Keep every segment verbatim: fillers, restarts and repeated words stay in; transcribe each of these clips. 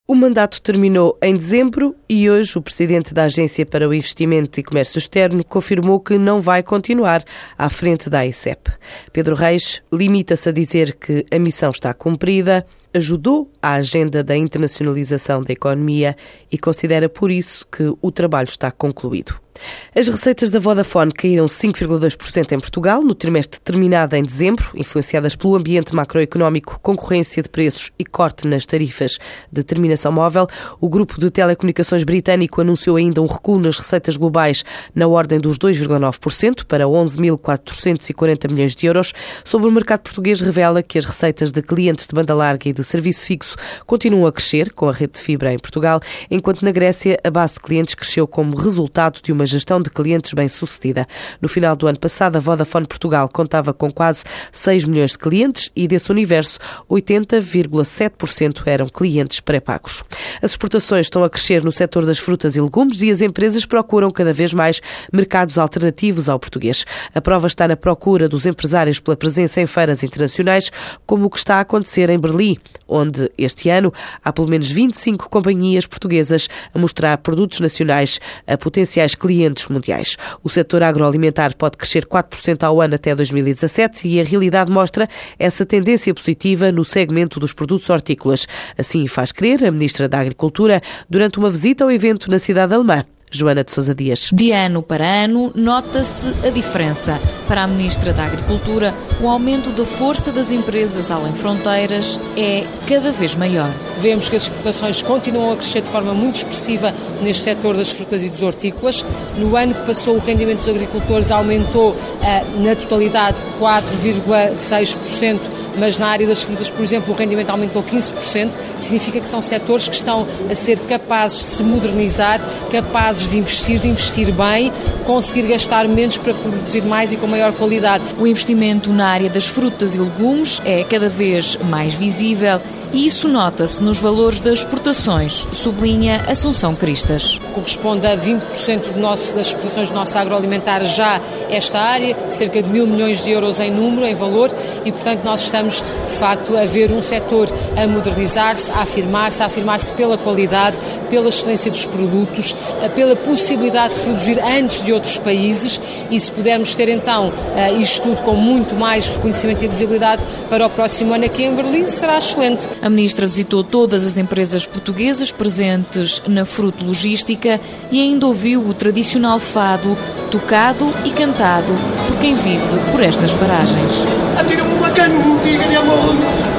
O mandato terminou em dezembro e hoje o presidente da Agência para o Investimento e Comércio Externo confirmou que não vai continuar à frente da A E C E P. Pedro Reis limita-se a dizer que a missão está cumprida, ajudou à agenda da internacionalização da economia e considera por isso que o trabalho está concluído. As receitas da Vodafone caíram cinco vírgula dois por cento em Portugal no trimestre terminado em dezembro, influenciadas pelo ambiente macroeconómico, concorrência de preços e corte nas tarifas de terminação móvel. O grupo de telecomunicações britânico anunciou ainda um recuo nas receitas globais na ordem dos dois vírgula nove por cento para onze mil quatrocentos e quarenta milhões de euros. Sobre o mercado português, revela que as receitas de clientes de banda larga e de serviço fixo continuam a crescer com a rede de fibra em Portugal, enquanto na Grécia a base de clientes cresceu como resultado de uma gestão de clientes bem-sucedida. No final do ano passado, a Vodafone Portugal contava com quase seis milhões de clientes e desse universo, oitenta vírgula sete por cento eram clientes pré-pagos. As exportações estão a crescer no setor das frutas e legumes e as empresas procuram cada vez mais mercados alternativos ao português. A prova está na procura dos empresários pela presença em feiras internacionais, como o que está a acontecer em Berlim, onde este ano há pelo menos vinte e cinco companhias portuguesas a mostrar produtos nacionais a potenciais clientes mundiais. O setor agroalimentar pode crescer quatro por cento ao ano até dois mil e dezassete e a realidade mostra essa tendência positiva no segmento dos produtos hortícolas. Assim faz crer a Ministra da Agricultura durante uma visita ao evento na cidade alemã. Joana de Sousa Dias. De ano para ano, nota-se a diferença. Para a Ministra da Agricultura, o aumento da força das empresas além fronteiras é cada vez maior. Vemos que as exportações continuam a crescer de forma muito expressiva neste setor das frutas e dos hortícolas. No ano que passou, o rendimento dos agricultores aumentou na totalidade quatro vírgula seis por cento, mas na área das frutas, por exemplo, o rendimento aumentou quinze por cento. Significa que são setores que estão a ser capazes de se modernizar, capazes de investir, de investir bem, conseguir gastar menos para produzir mais e com maior qualidade. O investimento na área das frutas e legumes é cada vez mais visível e isso nota-se nos valores das exportações, sublinha Assunção Cristas. Corresponde a vinte por cento do nosso, das exportações do nosso agroalimentar já esta área, cerca de mil milhões de euros em número, em valor, e portanto nós estamos de facto a ver um setor a modernizar-se, a afirmar-se, a afirmar-se pela qualidade, pela excelência dos produtos, pela possibilidade de produzir antes de outros países, e se pudermos ter então isto tudo com muito mais reconhecimento e visibilidade para o próximo ano aqui em Berlim, será excelente. A Ministra visitou todas as empresas portuguesas presentes na Frutologística e ainda ouviu o tradicional fado, tocado e cantado por quem vive por estas paragens. Atira-me uma canuta, de amor.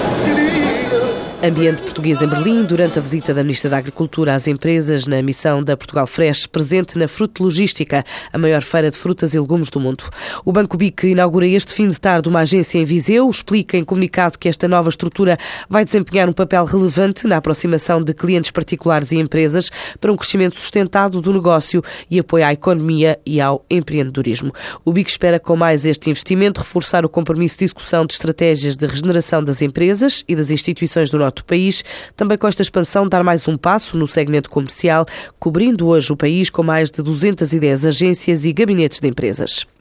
Ambiente português em Berlim, durante a visita da Ministra da Agricultura às empresas na missão da Portugal Fresh, presente na Frutologística, a maior feira de frutas e legumes do mundo. O Banco B I C inaugura este fim de tarde uma agência em Viseu, explica em comunicado que esta nova estrutura vai desempenhar um papel relevante na aproximação de clientes particulares e empresas para um crescimento sustentado do negócio e apoio à economia e ao empreendedorismo. O B I C espera, com mais este investimento, reforçar o compromisso de execução de estratégias de regeneração das empresas e das instituições do nosso do país, também com esta expansão dar mais um passo no segmento comercial, cobrindo hoje o país com mais de duzentas e dez agências e gabinetes de empresas.